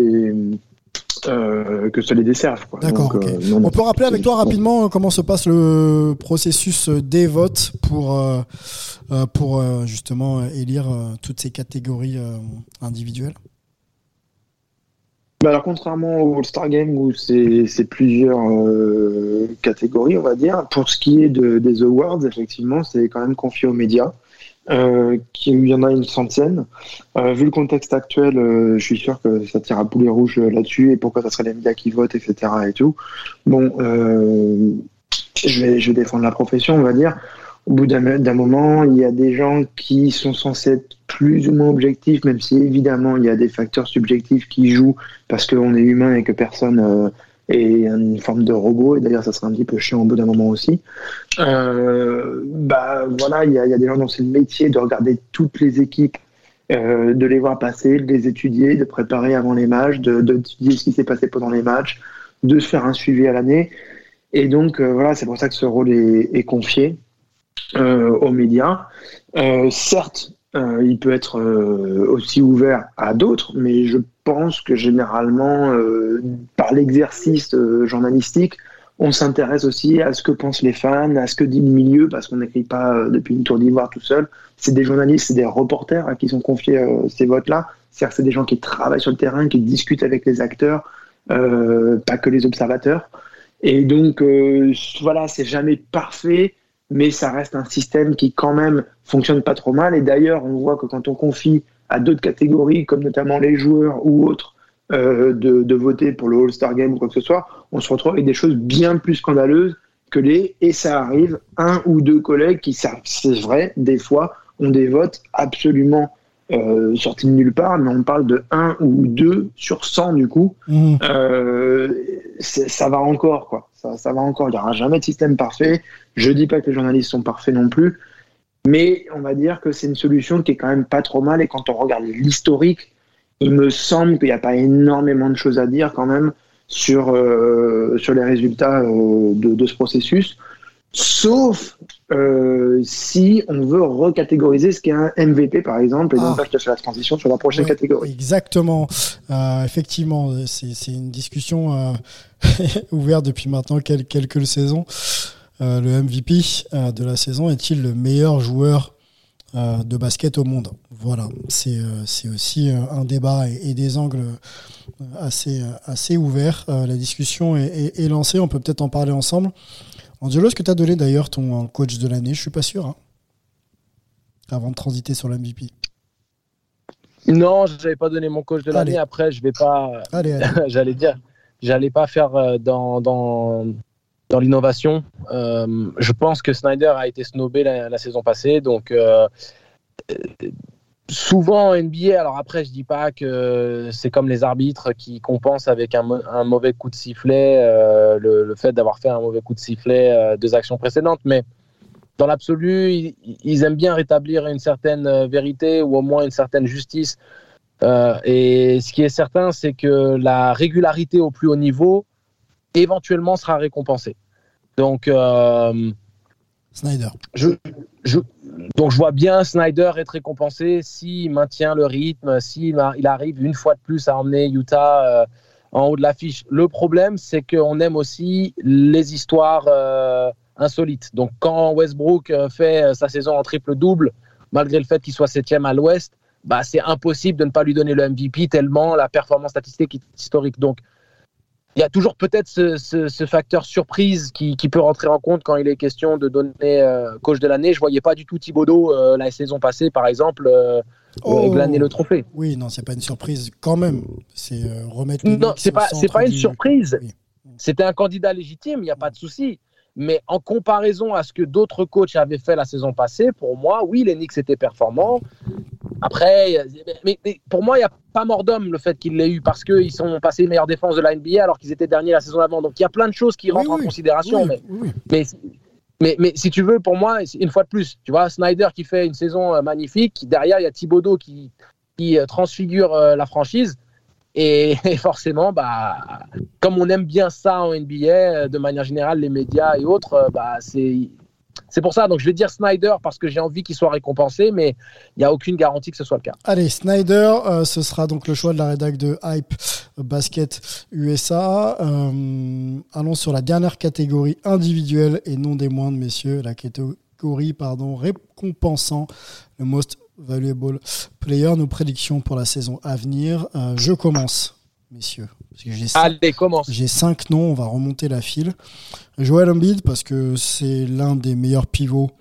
les desserve, quoi. D'accord. Donc, okay. On peut rappeler avec toi rapidement comment se passe le processus des votes pour justement élire toutes ces catégories individuelles. Alors contrairement au All-Star Game où c'est plusieurs catégories, on va dire, pour ce qui est des awards, effectivement, c'est quand même confié aux médias. Il y en a une centaine. Vu le contexte actuel, je suis sûr que ça tire à boulet rouge là-dessus, et pourquoi ça serait les médias qui votent, etc. et tout. Bon, je vais défendre la profession, on va dire. Au bout d'un moment, il y a des gens qui sont censés être plus ou moins objectifs, même si évidemment il y a des facteurs subjectifs qui jouent parce qu'on est humain et que personne est une forme de robot, et d'ailleurs ça serait un petit peu chiant au bout d'un moment aussi. Voilà, il y a des gens dont c'est le métier de regarder toutes les équipes, de les voir passer, de les étudier, de préparer avant les matchs, d'étudier ce qui s'est passé pendant les matchs, de se faire un suivi à l'année. Et donc voilà, c'est pour ça que ce rôle est confié. aux médias. Certes, il peut être aussi ouvert à d'autres, mais je pense que généralement, par l'exercice journalistique, on s'intéresse aussi à ce que pensent les fans, à ce que dit le milieu, parce qu'on n'écrit pas depuis une tour d'ivoire tout seul. C'est des journalistes, c'est des reporters à qui sont confiés ces votes-là. C'est-à-dire que c'est des gens qui travaillent sur le terrain, qui discutent avec les acteurs, pas que les observateurs. Et donc, voilà, c'est jamais parfait, mais ça reste un système qui quand même fonctionne pas trop mal. Et d'ailleurs, on voit que quand on confie à d'autres catégories, comme notamment les joueurs ou autres, de voter pour le All-Star Game ou quoi que ce soit, on se retrouve avec des choses bien plus scandaleuses que et ça arrive, un ou deux collègues qui, c'est vrai, des fois, ont des votes absolument sortis de nulle part, mais on parle de 1 ou 2 sur 100 du coup. Ça va encore, quoi. Ça va encore. Il n'y aura jamais de système parfait. Je dis pas que les journalistes sont parfaits non plus, mais on va dire que c'est une solution qui est quand même pas trop mal. Et quand on regarde l'historique, il me semble qu'il n'y a pas énormément de choses à dire quand même sur les résultats de ce processus, sauf si on veut recatégoriser ce qu'est un MVP par exemple, et donc là je te fais la transition sur la prochaine catégorie. Exactement, effectivement, c'est une discussion ouverte depuis maintenant quelques saisons. Le MVP de la saison est-il le meilleur joueur de basket au monde? Voilà, c'est aussi un débat et des angles assez ouverts. La discussion est lancée, on peut peut-être en parler ensemble. Angelo, est-ce que tu as donné d'ailleurs ton coach de l'année? Je suis pas sûr, avant de transiter sur l'MVP. Non, je n'avais pas donné mon coach de l'année. Après, je vais pas. Allez. j'allais pas faire dans l'innovation. Je pense que Snyder a été snobé la saison passée, donc souvent en NBA, alors après je dis pas que c'est comme les arbitres qui compensent avec un mauvais coup de sifflet, le fait d'avoir fait un mauvais coup de sifflet 2 actions précédentes, mais dans l'absolu ils aiment bien rétablir une certaine vérité ou au moins une certaine justice, et ce qui est certain c'est que la régularité au plus haut niveau éventuellement sera récompensée. Donc Snyder. Donc je vois bien Snyder être récompensé s'il maintient le rythme, s'il arrive une fois de plus à emmener Utah en haut de l'affiche. Le problème, c'est qu'on aime aussi les histoires insolites. Donc quand Westbrook fait sa saison en triple-double, malgré le fait qu'il soit 7e à l'Ouest, c'est impossible de ne pas lui donner le MVP tellement la performance statistique est historique. Donc il y a toujours peut-être ce facteur surprise qui peut rentrer en compte quand il est question de donner coach de l'année. Je ne voyais pas du tout Thibodeau la saison passée, par exemple, glaner le trophée. Oui, non, c'est pas une surprise quand même. C'est remettre. Non, c'est pas une surprise. Oui. C'était un candidat légitime, il n'y a pas de souci. Mais en comparaison à ce que d'autres coachs avaient fait la saison passée, pour moi, oui, les Knicks étaient performants. Après, mais pour moi, il n'y a pas mort d'homme le fait qu'ils l'aient eu parce qu'ils sont passés meilleure défense de la NBA alors qu'ils étaient derniers la saison d'avant. Donc il y a plein de choses qui rentrent en considération. Mais si tu veux, pour moi, une fois de plus, tu vois, Snyder qui fait une saison magnifique, derrière il y a Thibodeau qui transfigure la franchise. Et forcément, comme on aime bien ça en NBA, de manière générale, les médias et autres, c'est pour ça. Donc je vais dire Snyder parce que j'ai envie qu'il soit récompensé, mais il n'y a aucune garantie que ce soit le cas. Allez, Snyder, ce sera donc le choix de la rédac de Hype Basket USA. Allons sur la dernière catégorie individuelle et non des moindres, messieurs, la catégorie récompensant le Most Valuable Player. Nos prédictions pour la saison à venir. Je commence, messieurs. Parce que Allez, commence. J'ai 5 noms, on va remonter la file. Joel Embiid, parce que c'est l'un des meilleurs pivots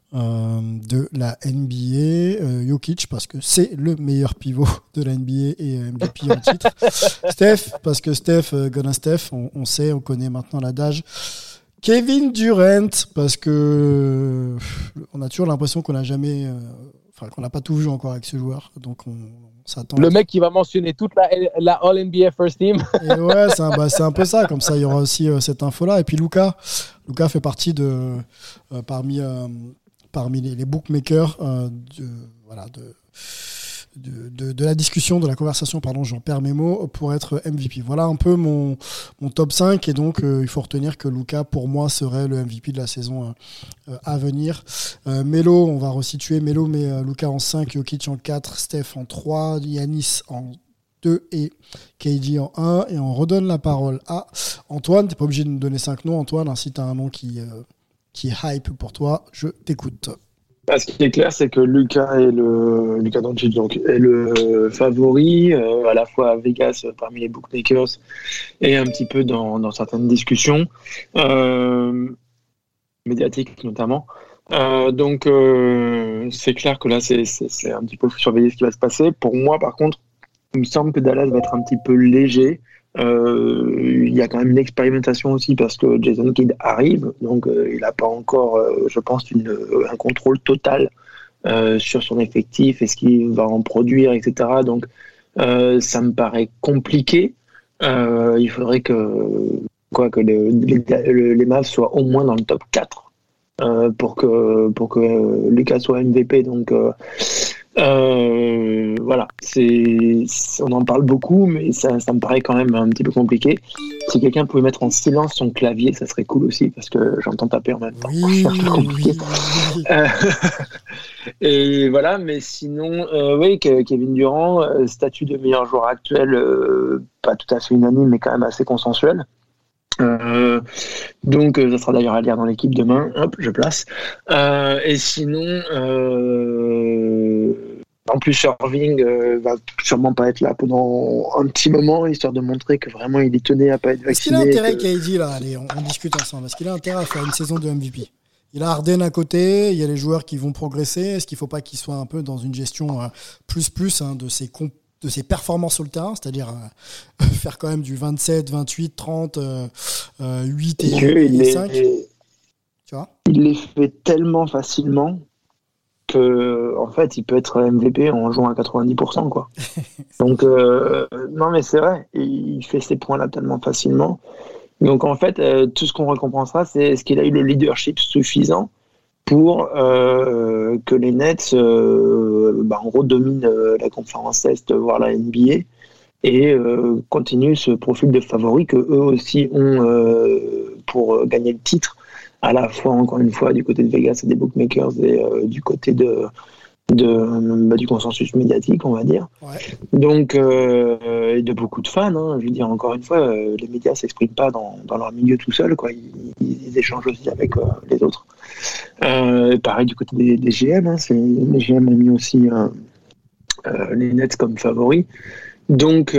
de la NBA. Jokic, parce que c'est le meilleur pivot de la NBA et MVP en titre. Steph, parce que Golden Steph, on sait, on connaît maintenant l'adage. Kevin Durant, parce que on a toujours l'impression qu'on n'a jamais... qu'on n'a pas tout vu encore avec ce joueur, donc on s'attend. Le mec qui va mentionner toute la All-NBA First Team. Et ouais, c'est un peu ça, comme ça il y aura aussi cette info-là. Et puis Luka fait partie parmi les bookmakers de la discussion, de la conversation, pardon, j'en perds mes mots, pour être MVP. Voilà un peu mon top 5, et donc il faut retenir que Luka, pour moi, serait le MVP de la saison à venir. Melo, on va resituer. Melo met Luka en 5, Jokic en 4, Steph en 3, Giannis en 2 et KD en 1, et on redonne la parole à Antoine. T'es pas obligé de nous donner 5 noms, Antoine, hein, si t'as un nom qui est hype pour toi, je t'écoute. Ce qui est clair, c'est que Luka Doncic donc est le favori, à la fois à Vegas parmi les bookmakers et un petit peu dans certaines discussions médiatiques notamment. Donc c'est clair que là c'est un petit peu surveiller ce qui va se passer. Pour moi, par contre, il me semble que Dallas va être un petit peu léger. Il y a quand même une expérimentation aussi parce que Jason Kidd arrive, donc il n'a pas encore, je pense, un contrôle total sur son effectif et ce qu'il va en produire, etc. Donc ça me paraît compliqué. Il faudrait que les Mavs soient au moins dans le top 4 pour que Luka soit MVP. Donc voilà, on en parle beaucoup, mais ça me paraît quand même un petit peu compliqué. Si quelqu'un pouvait mettre en silence son clavier, ça serait cool aussi, parce que j'entends taper en même temps. Oui, c'est un peu compliqué. Et voilà, mais sinon, oui, Kevin Durant, statut de meilleur joueur actuel, pas tout à fait unanime, mais quand même assez consensuel. Donc ça sera d'ailleurs à lire dans l'équipe demain. Hop, je place. Et sinon, en plus Irving va sûrement pas être là pendant un petit moment, histoire de montrer que vraiment il y tenait à pas être vacciné. Est-ce qu'il a intérêt, KD, là, allez, on discute ensemble. Est-ce qu'il a intérêt à faire une saison de MVP? Il a Harden à côté, il y a les joueurs qui vont progresser. Est-ce qu'il ne faut pas qu'il soit un peu dans une gestion plus de ses performances sur le terrain, c'est-à-dire faire quand même du 27, 28, 30, 8 et 5. Tu vois, il les fait tellement facilement que, en fait, il peut être MVP en jouant à 90%, quoi. Donc, non, mais c'est vrai, il fait ces points-là tellement facilement. Donc, en fait, tout ce qu'on récompensera, c'est est-ce qu'il a eu le leadership suffisant pour que les Nets en gros dominent la conférence Est, voire la NBA, et continuent ce profil de favori que eux aussi ont pour gagner le titre, à la fois, encore une fois, du côté de Vegas et des bookmakers, et du côté du consensus médiatique, on va dire. Ouais. Donc, et de beaucoup de fans, hein, je veux dire, encore une fois, les médias ne s'expriment pas dans leur milieu tout seuls, quoi. Ils échangent aussi avec les autres. Pareil du côté des GM, hein, les GM ont mis aussi les Nets comme favoris. Donc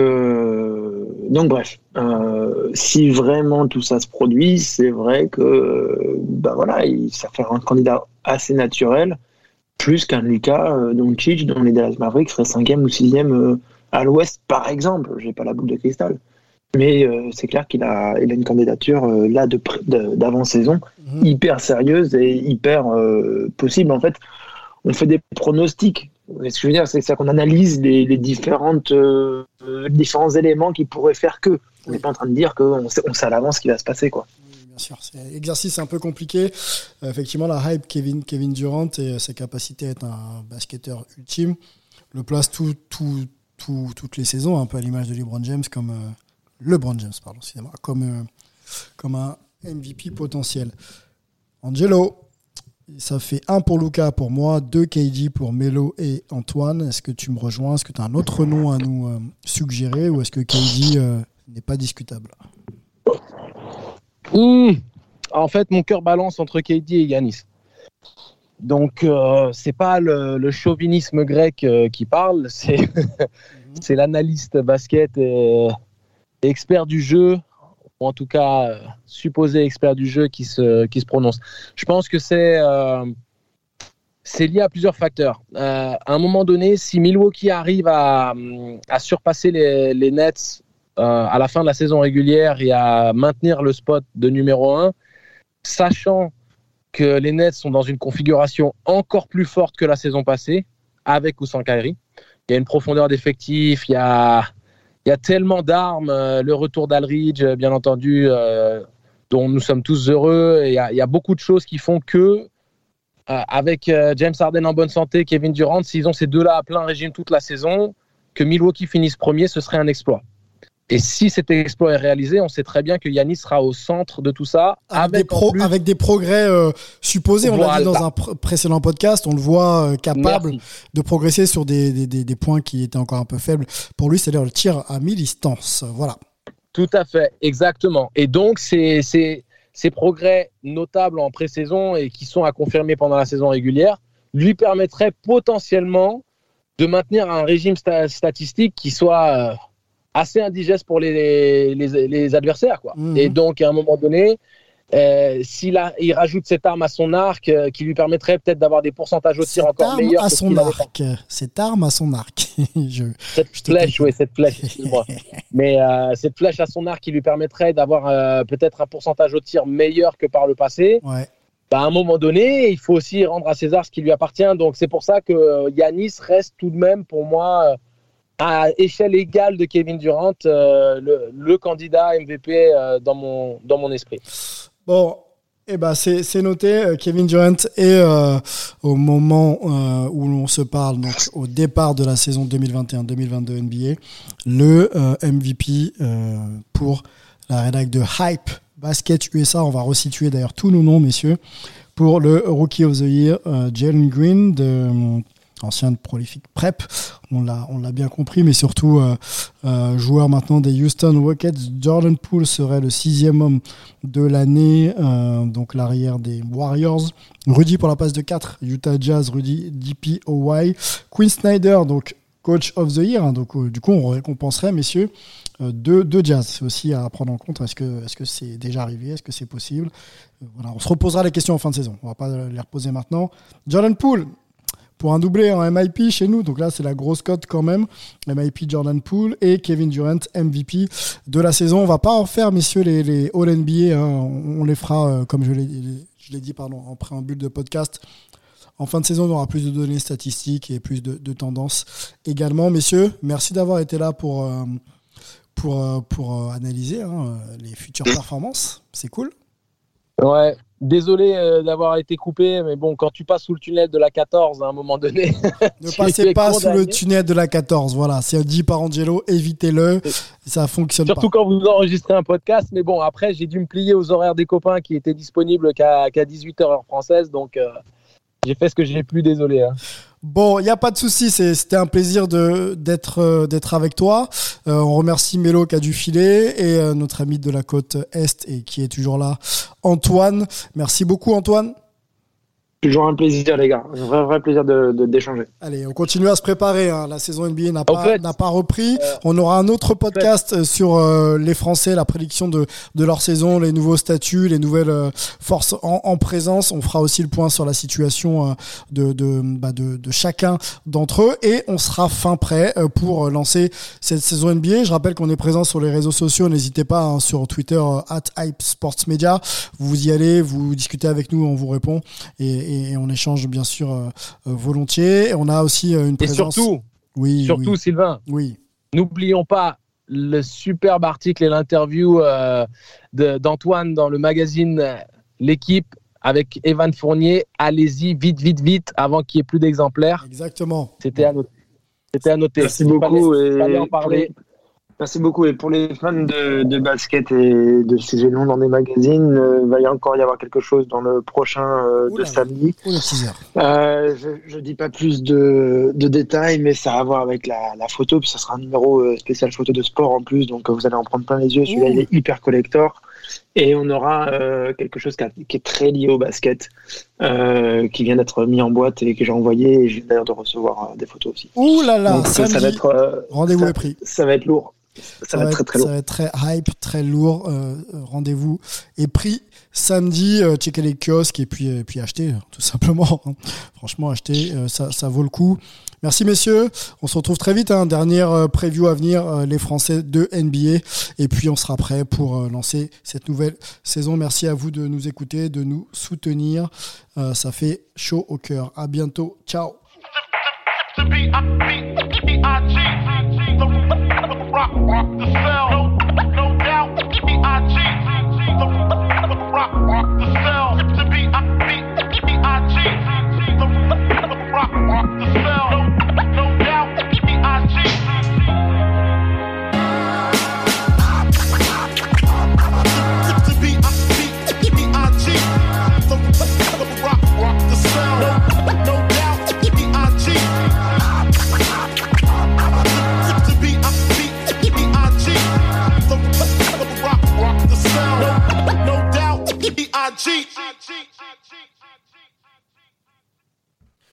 bref, si vraiment tout ça se produit, c'est vrai que ça fait un candidat assez naturel, plus qu'un Luka Doncic dont les Dallas Mavericks seraient 5e ou 6e à l'Ouest, par exemple. J'ai pas la boule de cristal, mais c'est clair qu'il a une candidature là d'avant-saison hyper sérieuse et hyper possible. En fait, on fait des pronostics. Ce que je veux dire, c'est ça qu'on analyse les différents éléments qui pourraient faire que. On n'est pas en train de dire qu'on sait à l'avance ce qui va se passer, quoi. Bien sûr, c'est un exercice un peu compliqué. Effectivement, la hype Kevin Durant et sa capacité à être un basketteur ultime le place toutes les saisons, un peu à l'image de LeBron James, comme un MVP potentiel. Angelo, ça fait 1 pour Luka pour moi, 2 KD pour Melo et Antoine. Est-ce que tu me rejoins? Est-ce que tu as un autre nom à nous suggérer, ou est-ce que KD n'est pas discutable? En fait, mon cœur balance entre KD et Giannis. Donc, c'est pas le chauvinisme grec qui parle, c'est l'analyste basket et expert du jeu, ou en tout cas supposé expert du jeu qui se prononce. Je pense que c'est lié à plusieurs facteurs. À un moment donné, si Milwaukee arrive à surpasser les Nets à la fin de la saison régulière et à maintenir le spot de numéro 1, sachant que les Nets sont dans une configuration encore plus forte que la saison passée, avec ou sans Kyrie, il y a une profondeur d'effectifs, il y a tellement d'armes, le retour d'Aldridge, bien entendu, dont nous sommes tous heureux. Il y a beaucoup de choses qui font que avec James Harden en bonne santé, Kevin Durant, s'ils ont ces deux-là à plein régime toute la saison, que Milwaukee finisse premier, ce serait un exploit. Et si cet exploit est réalisé, on sait très bien que Giannis sera au centre de tout ça. Avec des progrès supposés, on l'a dit dans un précédent podcast, on le voit capable de progresser sur des points qui étaient encore un peu faibles pour lui, c'est-à-dire le tir à mi-distance. Voilà. Tout à fait, exactement. Et donc, ces progrès notables en pré-saison et qui sont à confirmer pendant la saison régulière lui permettraient potentiellement de maintenir un régime statistique qui soit assez indigeste pour les adversaires, quoi. Et donc, à un moment donné, il rajoute cette arme à son arc qui lui permettrait peut-être d'avoir des pourcentages au tir encore meilleurs. Cette arme à son arc. Cette flèche, excuse-moi. Mais cette flèche à son arc qui lui permettrait d'avoir peut-être un pourcentage au tir meilleur que par le passé. Ouais. À un moment donné, il faut aussi rendre à César ce qui lui appartient. Donc, c'est pour ça que Giannis reste tout de même, pour moi, à échelle égale de Kevin Durant, le candidat MVP dans mon esprit. Bon, c'est noté. Kevin Durant est au moment où l'on se parle, donc au départ de la saison 2021-2022 NBA, le MVP pour la rédac de Hype Basket USA. On va resituer d'ailleurs tous nos noms, messieurs, pour le Rookie of the Year, Jalen Green de ancien de Prolific Prep, on l'a bien compris, mais surtout joueur maintenant des Houston Rockets. Jordan Poole serait le 6e homme de l'année, donc l'arrière des Warriors. Rudy pour la passe de 4, Utah Jazz, Rudy DPOY. Quinn Snyder, donc Coach of the Year, donc du coup on récompenserait, messieurs, deux Jazz. C'est aussi à prendre en compte. Est-ce que c'est déjà arrivé? Est-ce que c'est possible? Voilà, on se reposera les questions en fin de saison, on va pas les reposer maintenant. Jordan Poole pour un doublé en MIP chez nous, donc là c'est la grosse cote quand même. MIP Jordan Poole et Kevin Durant MVP de la saison. On va pas en faire, messieurs, les All NBA, hein. On les fera comme je l'ai dit en préambule de podcast. En fin de saison, on aura plus de données statistiques et plus de tendances également. Messieurs, merci d'avoir été là pour analyser les futures performances. C'est cool. Ouais, désolé d'avoir été coupé, mais bon, quand tu passes sous le tunnel de la 14 à un moment donné... Ne passez pas sous le tunnel de la 14, voilà, c'est dit par Angelo, évitez-le, ça fonctionne Surtout pas. Surtout quand vous enregistrez un podcast, mais bon, après, j'ai dû me plier aux horaires des copains qui étaient disponibles qu'à 18h heure française, donc j'ai fait ce que j'ai pu, désolé. Hein. Bon, il n'y a pas de souci, c'était un plaisir d'être avec toi. On remercie Mélo qui a dû filer et notre ami de la côte Est et qui est toujours là, Antoine. Merci beaucoup, Antoine. Toujours un plaisir, les gars. Un vrai plaisir d'échanger. Allez, on continue à se préparer. Hein. La saison NBA n'a pas repris. On aura un autre podcast sur les Français, la prédiction de leur saison, les nouveaux statuts, les nouvelles forces en présence. On fera aussi le point sur la situation de chacun d'entre eux. Et on sera fin prêt pour lancer cette saison NBA. Je rappelle qu'on est présent sur les réseaux sociaux. N'hésitez pas sur Twitter, @HypeSportsMedia. Vous y allez, vous discutez avec nous, on vous répond. Et on échange bien sûr volontiers. On a aussi une présence... Et surtout, Sylvain, n'oublions pas le superbe article et l'interview d'Antoine dans le magazine L'équipe avec Evan Fournier. Allez-y, vite, avant qu'il n'y ait plus d'exemplaires. Exactement. C'était à noter. Merci beaucoup. Fallait en parler. Merci beaucoup. Et pour les fans de basket et de sujets longs dans des magazines, va y encore y avoir quelque chose dans le prochain de samedi. Je dis pas plus de détails, mais ça a à voir avec la photo. Puis ça sera un numéro spécial photo de sport en plus, donc vous allez en prendre plein les yeux. Celui-là, il est hyper collector. Et on aura quelque chose qui est très lié au basket, qui vient d'être mis en boîte et que j'ai envoyé. Et j'ai d'ailleurs de recevoir des photos aussi. Ouh là là, donc, ça va être rendez-vous est pris. Ça va être lourd. Ça va être très très lourd. Ça va être très hype, très lourd. Rendez-vous est pris samedi. Checker les kiosques et puis acheter, tout simplement. Franchement, acheter, ça vaut le coup. Merci messieurs. On se retrouve très vite. Dernière preview à venir, les Français de NBA. Et puis on sera prêt pour lancer cette nouvelle saison. Merci à vous de nous écouter, de nous soutenir. Ça fait chaud au cœur. À bientôt. Ciao. Rock the